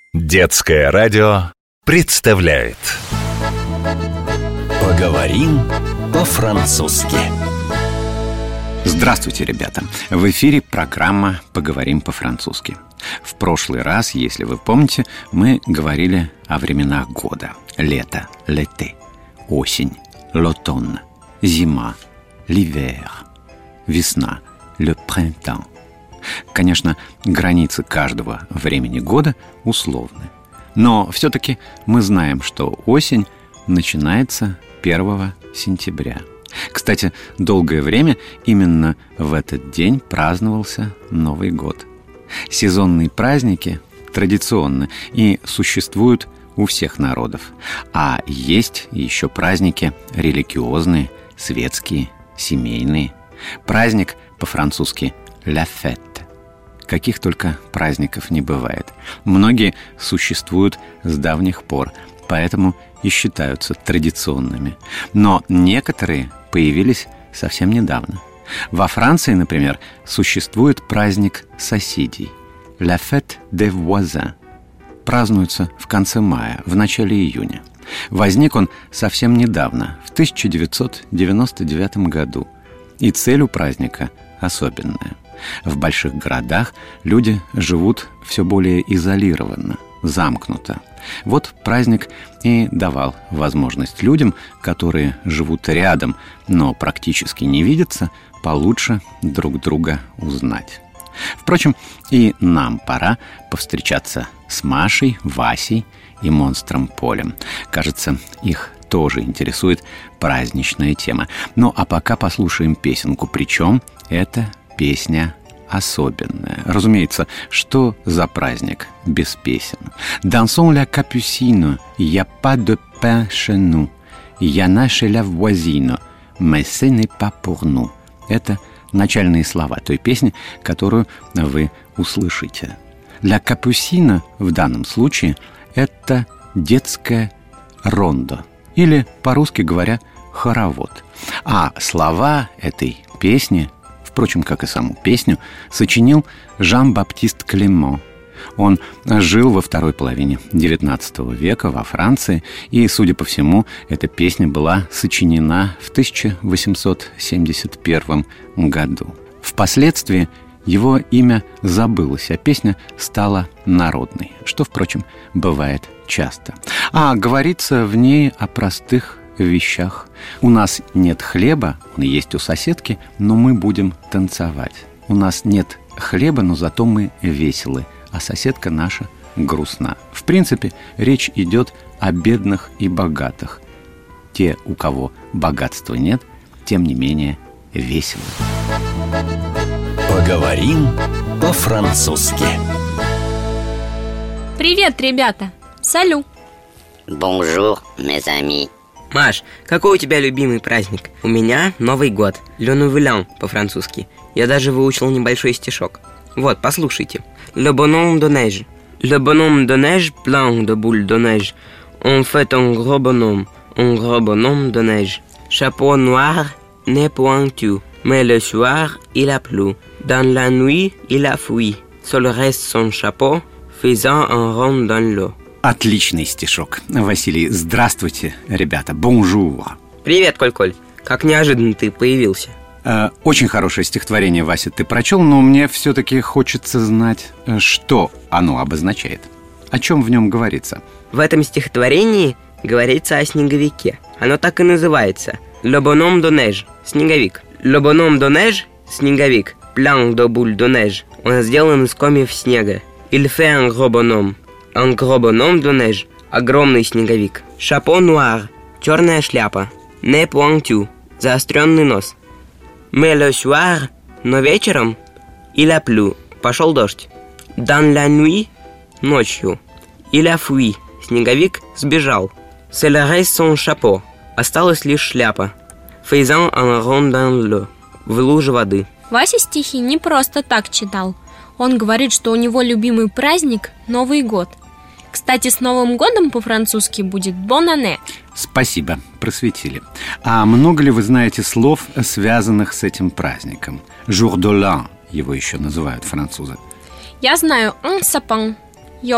Детское радио представляет Поговорим по-французски. Здравствуйте, ребята! В эфире программа «Поговорим по-французски». В прошлый раз, если вы помните, мы говорили о временах года. Лето, l'été, осень, l'automne, зима, l'hiver, весна, le printemps. Конечно, границы каждого времени года условны. Но все-таки мы знаем, что осень начинается 1 сентября. Кстати, долгое время именно в этот день праздновался Новый год. Сезонные праздники традиционны и существуют у всех народов. А есть еще праздники религиозные, светские, семейные. Праздник по-французски «la fête». Каких только праздников не бывает. Многие существуют с давних пор, поэтому и считаются традиционными. Но некоторые появились совсем недавно. Во Франции, например, существует праздник соседей «la fête des voisins». Празднуется в конце мая, в начале июня. Возник он совсем недавно, в 1999 году. И цель у праздника особенная. В больших городах люди живут все более изолированно, замкнуто. Вот праздник и давал возможность людям, которые живут рядом, но практически не видятся, получше друг друга узнать. Впрочем, и нам пора повстречаться с Машей, Васей и монстром Полем. Кажется, их тоже интересует праздничная тема. Ну, а пока послушаем песенку. Причем это песня особенная. Разумеется, что за праздник без песен? «Dansons la capucine, y a pas de pain chez nous, y en a chez la voisine, mais ce n'est pas pour nous». Это начальные слова той песни, которую вы услышите. «La capucine» в данном случае это детское рондо, или, по-русски говоря, хоровод. А слова этой песни, впрочем, как и саму песню, сочинил Жан-Баптист Клемон. Он жил во второй половине XIX века во Франции, и, судя по всему, эта песня была сочинена в 1871 году. Впоследствии его имя забылось, а песня стала народной, что, впрочем, бывает часто. А говорится в ней о простых вещах. У нас нет хлеба, он есть у соседки, но мы будем танцевать. У нас нет хлеба, но зато мы веселы, а соседка наша грустна. В принципе, речь идет о бедных и богатых. Те, у кого богатства нет, тем не менее веселы. Поговорим по-французски. Привет, ребята! Салю! Bonjour, mes amis. Маш, какой у тебя любимый праздник? У меня Новый год, Le Nouvel An по-французски. Я даже выучил небольшой стишок. Вот, послушайте. Le bonhomme de neige. Le bonhomme de neige, plein de boules de neige. On fait un gros bonhomme de neige. Chapeau noir, nez pointu. Mais le soir, il a plu. Dans la nuit, il a fui. Seul reste son chapeau, faisant un rond dans l'eau. Отличный стишок. Василий, здравствуйте, ребята. Бонжур. Привет, Коль-Коль. Как неожиданно ты появился. Очень хорошее стихотворение, Вася, ты прочел, но мне все-таки хочется знать, что оно обозначает. О чем в нем говорится? В этом стихотворении говорится о снеговике. Оно так и называется. Le bonhomme de neige. Снеговик. Le bonhomme de neige. Снеговик. Plein de boules de neige. Он сделан из комьев снега. Il fait un gros bonhomme. Un gros bonhomme de neige. Огромный снеговик. Chapeau noir. Черная шляпа. Nez pointu. Заостренный нос. Mais le soir. Но вечером. Il a plu. Пошел дождь. Dans la nuit. Ночью. Il a fui. Снеговик сбежал. C'est le reste son chapeau. Осталась лишь шляпа. Faisant un rond dans l'eau. В луже воды. Вася стихи не просто так читал. Он говорит, что у него любимый праздник – Новый год. Кстати, с Новым годом по-французски будет «Bonne année». Спасибо, просветили. А много ли вы знаете слов, связанных с этим праздником? «Jour de l'an» его еще называют французы. Я знаю «un sapin» – елка,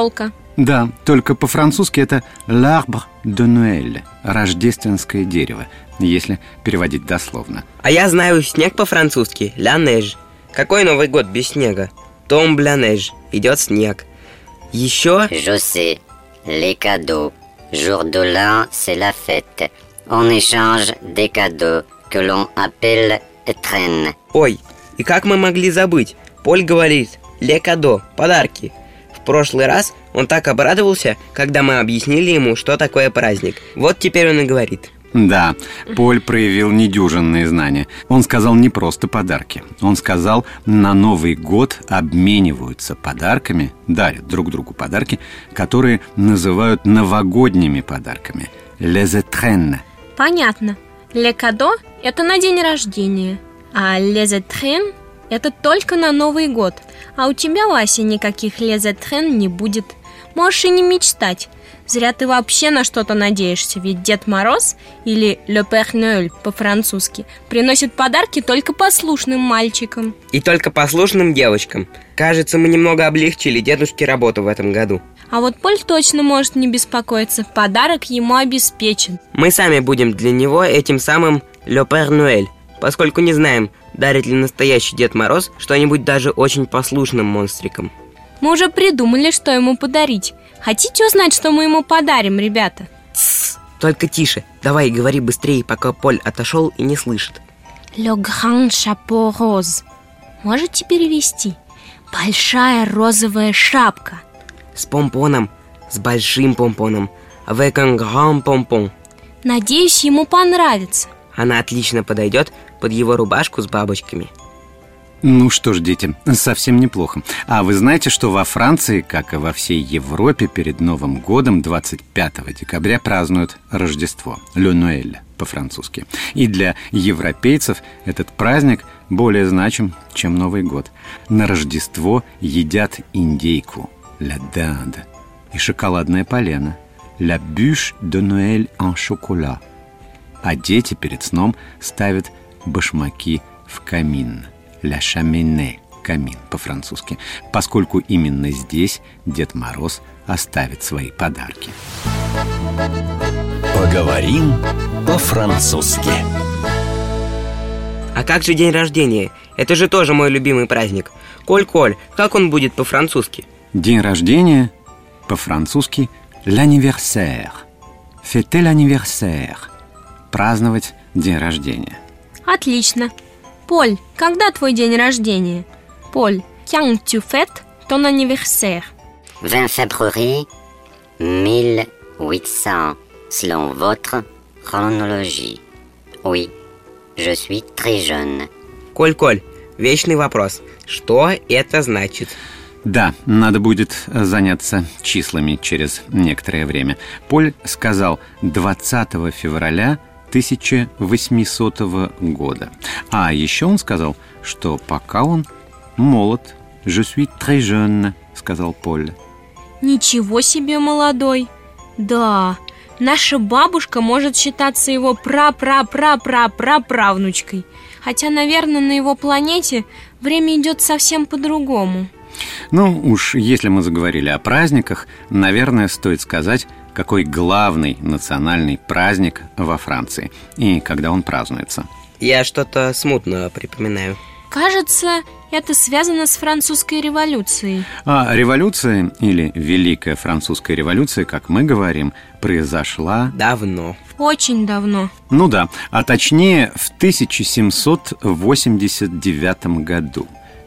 Да, только по-французски это l'arbre de Noël, рождественское дерево, если переводить дословно. А я знаю снег по-французски, la neige. Какой Новый год без снега? Tombe la neige, идет снег. Еще... Je sais, les cadeaux. Jour de l'an, c'est la fête. On échange des cadeaux que l'on appelle étrennes. Ой, и как мы могли забыть? Поль говорит, les cadeaux, подарки. В прошлый раз он так обрадовался, когда мы объяснили ему, что такое праздник. Вот теперь он и говорит. Да, Поль проявил недюжинные знания. Он сказал не просто подарки. Он сказал, на Новый год обмениваются подарками, дарят друг другу подарки, которые называют новогодними подарками. Les étrennes. Понятно. Le cadeau – это на день рождения, а les étrennes – это только на Новый год. А у тебя, Вася, никаких les étrennes не будет. Можешь и не мечтать. Зря ты вообще на что-то надеешься, ведь Дед Мороз, или Le Père Noël по-французски, приносит подарки только послушным мальчикам. И только послушным девочкам. Кажется, мы немного облегчили дедушке работу в этом году. А вот Поль точно может не беспокоиться, подарок ему обеспечен. Мы сами будем для него этим самым Le Père Noël, поскольку не знаем, дарит ли настоящий Дед Мороз что-нибудь даже очень послушным монстрикам. Мы уже придумали, что ему подарить. Хотите узнать, что мы ему подарим, ребята? Тссс, только тише. Давай, говори быстрее, пока Поль отошел и не слышит. Le grand chapeau rose. Можете перевести? Большая розовая шапка. С помпоном, с большим помпоном. Avec un grand pompon. Надеюсь, ему понравится. Она отлично подойдет под его рубашку с бабочками. Ну что ж, дети, совсем неплохо. А вы знаете, что во Франции, как и во всей Европе, перед Новым годом 25 декабря празднуют Рождество, Le Noël по-французски. И для европейцев этот праздник более значим, чем Новый год. На Рождество едят индейку, la dinde, и шоколадное полено, la bûche de Noël en chocolat. А дети перед сном ставят башмаки в камин. La cheminée, камин по-французски, поскольку именно здесь Дед Мороз оставит свои подарки. Поговорим по-французски. А как же день рождения? Это же тоже мой любимый праздник. Коль, как он будет по-французски? День рождения по-французски l'anniversaire. Fêter l'anniversaire. Праздновать день рождения. Отлично. Поль, когда твой день рождения? Поль, quand tu fêtes ton anniversaire? 20 février 1800, selon votre chronologie. Oui, je suis très jeune. Коль, вечный вопрос. Что это значит? Да, надо будет заняться числами через некоторое время. Поль сказал 20 февраля 1800 года. А еще он сказал, что пока он молод. «Je suis très jeune», сказал Поль. Ничего себе молодой. Да, наша бабушка может считаться его пра-пра-пра-пра-пра-правнучкой. Хотя, наверное, на его планете время идет совсем по-другому. Ну, уж если мы заговорили о праздниках, наверное, стоит сказать, какой главный национальный праздник во Франции и когда он празднуется. Я что-то смутно припоминаю. Кажется, это связано с французской революцией. А революция, или Великая Французская революция, как мы говорим, произошла... Давно. Очень давно. Ну да, а точнее в 1789 году.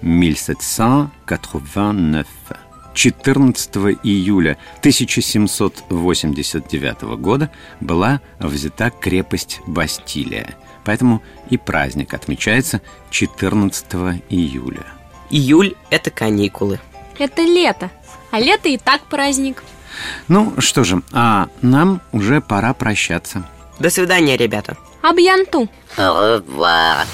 1789. 14 июля 1789 года была взята крепость Бастилия. Поэтому и праздник отмечается 14 июля. Июль – это каникулы. Это лето, а лето и так праздник. Ну что же, а нам уже пора прощаться. До свидания, ребята. А бьянту. Au revoir.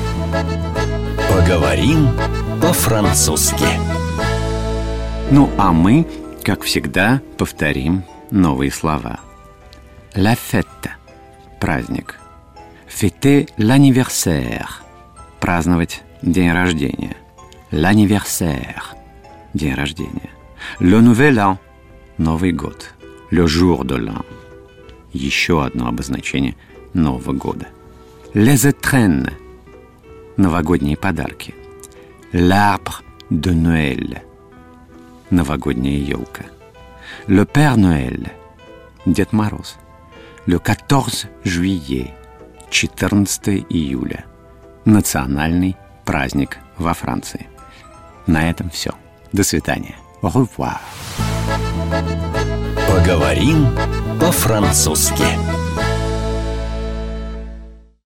Поговорим по-французски. Ну а мы, как всегда, повторим новые слова. La fête – праздник. Fêter l'anniversaire – праздновать день рождения. L'anniversaire – день рождения. Le nouvel an Новый год. Le jour de l'an. Еще одно обозначение Нового года. Les étrennes. Новогодние подарки. L'arbre de Noël. Новогодняя елка. Le Père Noël. Дед Мороз. Le 14 juillet. 14 июля. Национальный праздник во Франции. На этом все. До свидания. Au revoir. Поговорим по-французски.